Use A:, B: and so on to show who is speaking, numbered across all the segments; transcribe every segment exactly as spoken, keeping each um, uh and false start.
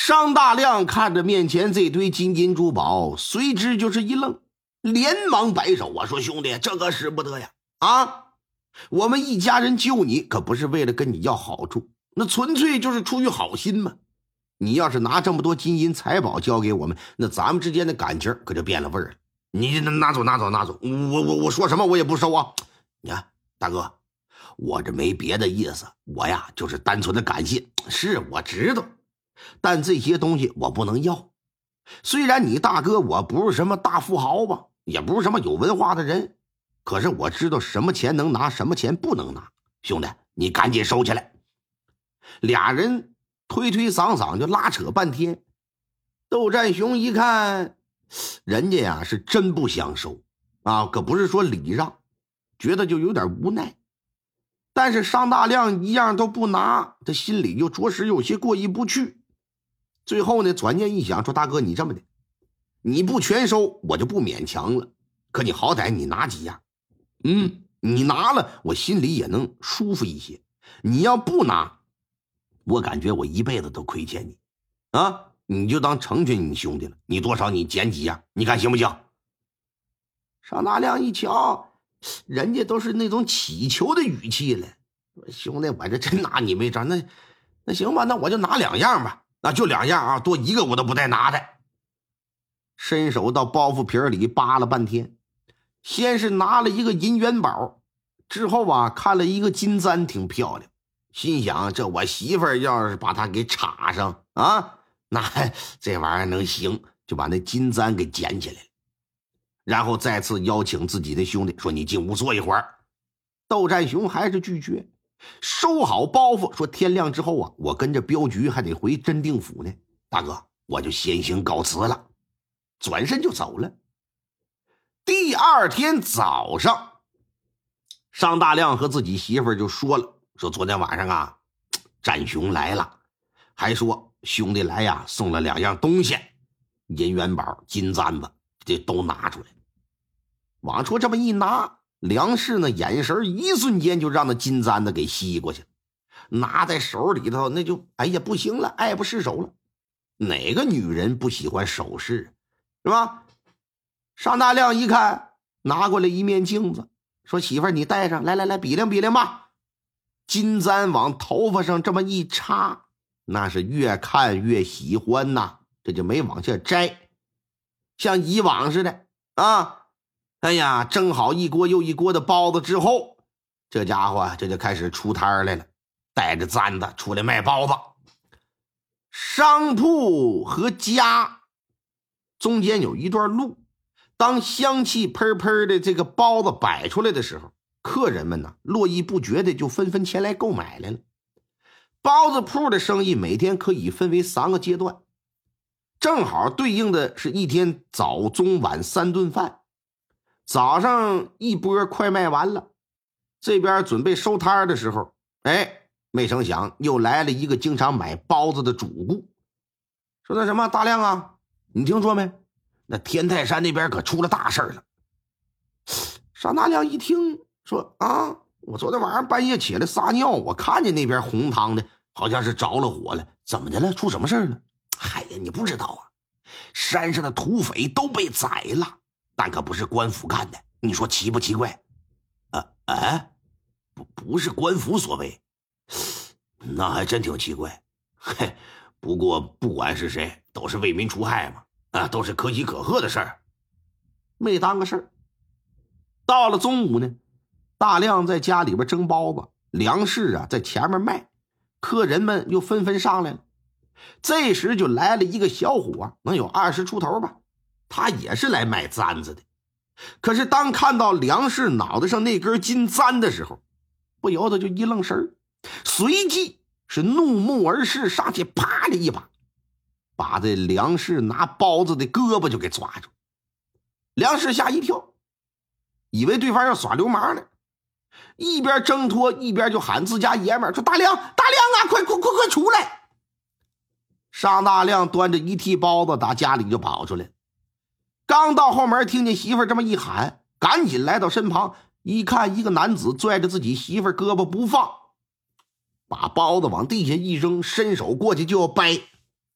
A: 商大亮看着面前这堆金银珠宝，随之就是一愣，连忙摆手啊，说兄弟，这可使不得呀！啊，我们一家人救你可不是为了跟你要好处，那纯粹就是出于好心嘛。你要是拿这么多金银财宝交给我们，那咱们之间的感情可就变了味儿了。你拿走拿走拿走，我我我说什么我也不收啊！你看大哥，我这没别的意思，我呀就是单纯的感谢。是我知道，但这些东西我不能要。虽然你大哥我不是什么大富豪吧，也不是什么有文化的人，可是我知道什么钱能拿，什么钱不能拿。兄弟，你赶紧收起来。俩人推推搡搡就拉扯半天。窦占雄一看人家呀是真不想收啊，可不是说礼让，觉得就有点无奈。但是商大亮一样都不拿，他心里又着实有些过意不去。最后呢，转念一想，说大哥，你这么的，你不全收我就不勉强了，可你好歹你拿几样。嗯，你拿了我心里也能舒服一些，你要不拿我感觉我一辈子都亏欠你啊！你就当成全你兄弟了，你多少你捡几样，你看行不行？商大亮一瞧，人家都是那种乞求的语气了，兄弟，我这真拿你没招，那那行吧，那我就拿两样吧，那就两样啊，多一个我都不带拿的。伸手到包袱皮里扒了半天，先是拿了一个银元宝，之后啊看了一个金簪挺漂亮，心想这我媳妇儿要是把它给插上啊，那这玩意儿能行，就把那金簪给捡起来了。然后再次邀请自己的兄弟说，你进屋坐一会儿。窦占雄还是拒绝，收好包袱说，天亮之后啊，我跟着镖局还得回真定府呢，大哥我就先行告辞了，转身就走了。第二天早上，商大亮和自己媳妇儿就说了，说昨天晚上啊占雄来了，还说兄弟来呀送了两样东西，银元宝金簪子这都拿出来。往出这么一拿，梁氏呢眼神一瞬间就让那金簪子给吸过去了，拿在手里头那就哎呀不行了，爱不释手了。哪个女人不喜欢首饰是吧？商大亮一看，拿过来一面镜子，说媳妇儿你戴上来，来来比量比量吧。金簪往头发上这么一插，那是越看越喜欢呐，这就没往下摘，像以往似的啊。哎呀，蒸好一锅又一锅的包子之后，这家伙这就开始出摊来了，带着簪子出来卖包子。商铺和家中间有一段路，当香气喷喷的这个包子摆出来的时候，客人们呢络绎不绝的就纷纷前来购买来了。包子铺的生意每天可以分为三个阶段，正好对应的是一天早中晚三顿饭。早上一波快卖完了，这边准备收摊的时候，哎，没成想又来了一个经常买包子的主顾，说那什么大亮啊，你听说没？那天泰山那边可出了大事了。商大亮一听说啊，我昨天晚上半夜起来撒尿，我看见那边红汤的好像是着了火了，怎么的了？出什么事了？哎呀，你不知道啊，山上的土匪都被宰了，但可不是官府干的，你说奇不奇怪？啊啊，不不是官府所为，那还真挺奇怪。嘿，不过不管是谁，都是为民除害嘛，啊，都是可喜可贺的事儿，没当个事儿。到了中午呢，大亮在家里边蒸包子，梁氏啊在前面卖，客人们又纷纷上来了。这时就来了一个小伙，能有二十出头吧，他也是来买簪子的。可是当看到梁氏脑袋上那根金簪的时候，不由得就一愣神，随即是怒目而视，上去啪的一把把这梁氏拿包子的胳膊就给抓住。梁氏吓一跳，以为对方要耍流氓呢，一边挣脱一边就喊自家爷们儿说，大亮大亮啊，快快快快出来。商大亮端着一屉包子打家里就跑出来，刚到后门听见媳妇儿这么一喊，赶紧来到身旁，一看一个男子拽着自己媳妇儿胳膊不放，把包子往地下一扔，伸手过去就要掰。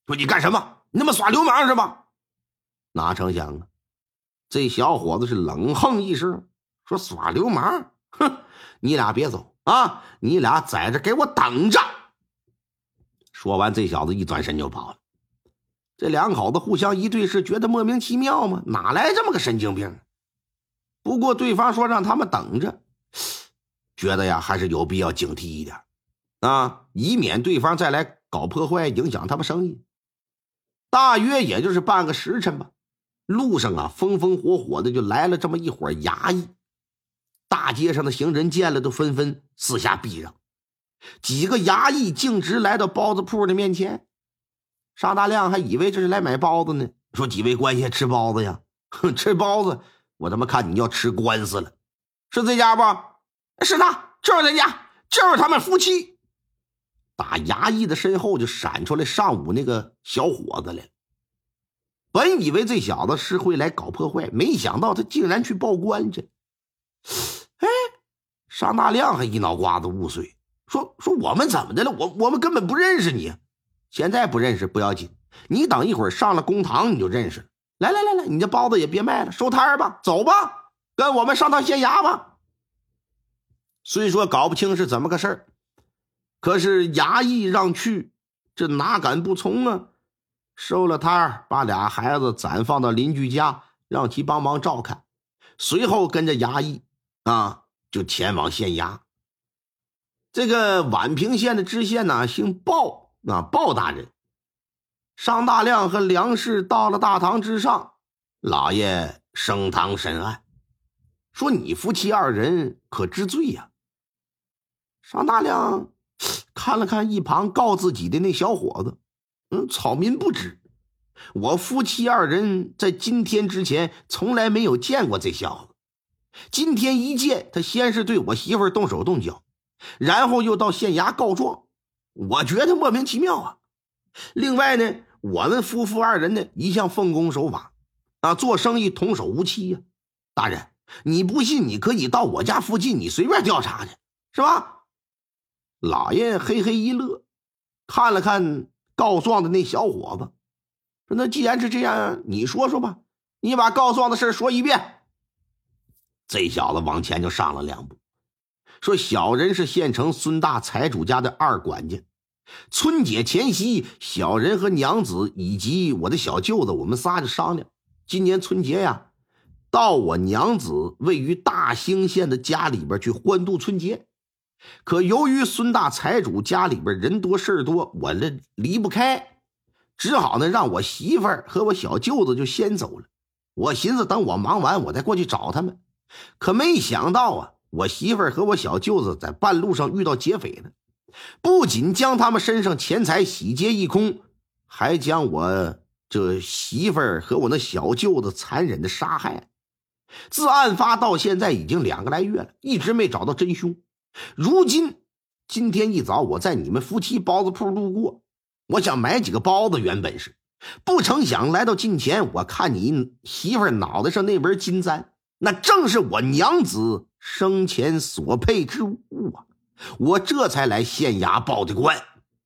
A: 说你干什么？你他妈耍流氓是吧？哪成想啊，这小伙子是冷哼一声，说耍流氓？哼，你俩别走啊，你俩在这给我等着。说完，这小子一转身就跑了。这两口子互相一对视，觉得莫名其妙吗？哪来这么个神经病？不过对方说让他们等着，觉得呀还是有必要警惕一点啊，以免对方再来搞破坏，影响他们生意。大约也就是半个时辰吧，路上啊风风火火的就来了这么一伙衙役。大街上的行人见了都纷纷四下避让。几个衙役径直来到包子铺的面前。沙大亮还以为这是来买包子呢，说几位官爷吃包子呀？哼，吃包子我他妈看你要吃官司了。是这家不？是他，就是这家，就是他们夫妻。打衙役的身后就闪出来上午那个小伙子来。本以为这小子是会来搞破坏，没想到他竟然去报官去。哎，沙大亮还一脑瓜子雾水，说说我们怎么的了？我我们根本不认识你。现在不认识不要紧，你等一会儿上了公堂你就认识了。来来来来，你这包子也别卖了，收摊吧，走吧，跟我们上趟县衙吧。虽说搞不清是怎么个事儿，可是衙役让去，这哪敢不从啊？收了摊儿，把俩孩子暂放到邻居家，让其帮忙照看。随后跟着衙役啊，就前往县衙。这个宛平县的知县呢，姓鲍啊，鲍大人。商大亮和梁氏到了大堂之上，老爷升堂审案，说你夫妻二人可知罪呀？商大亮看了看一旁告自己的那小伙子，嗯，草民不知，我夫妻二人在今天之前从来没有见过这小子。今天一见，他先是对我媳妇儿动手动脚，然后又到县衙告状，我觉得莫名其妙啊。另外呢，我们夫妇二人呢一向奉公守法啊，做生意童叟无欺呀。大人，你不信你可以到我家附近，你随便调查去，是吧？老爷嘿嘿一乐，看了看告状的那小伙子，说那既然是这样，你说说吧，你把告状的事说一遍。这小子往前就上了两步，说小人是县城孙大财主家的二管家。春节前夕，小人和娘子以及我的小舅子，我们仨就商量，今年春节呀，到我娘子位于大兴县的家里边去欢度春节。可由于孙大财主家里边人多事多，我这离不开，只好呢让我媳妇儿和我小舅子就先走了。我寻思等我忙完，我再过去找他们。可没想到啊，我媳妇儿和我小舅子在半路上遇到劫匪了，不仅将他们身上钱财洗劫一空，还将我这媳妇儿和我那小舅子残忍的杀害。自案发到现在已经两个来月了，一直没找到真凶。如今今天一早我在你们夫妻包子铺路过，我想买几个包子，原本是不成想来到近前，我看你媳妇儿脑袋上那纹金簪，那正是我娘子生前所配之物啊！我这才来县衙报的官。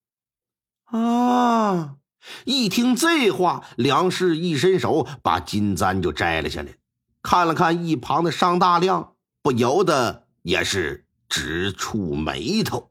A: 啊！一听这话，梁氏一伸手把金簪就摘了下来，看了看一旁的商大亮，不由得也是直触眉头。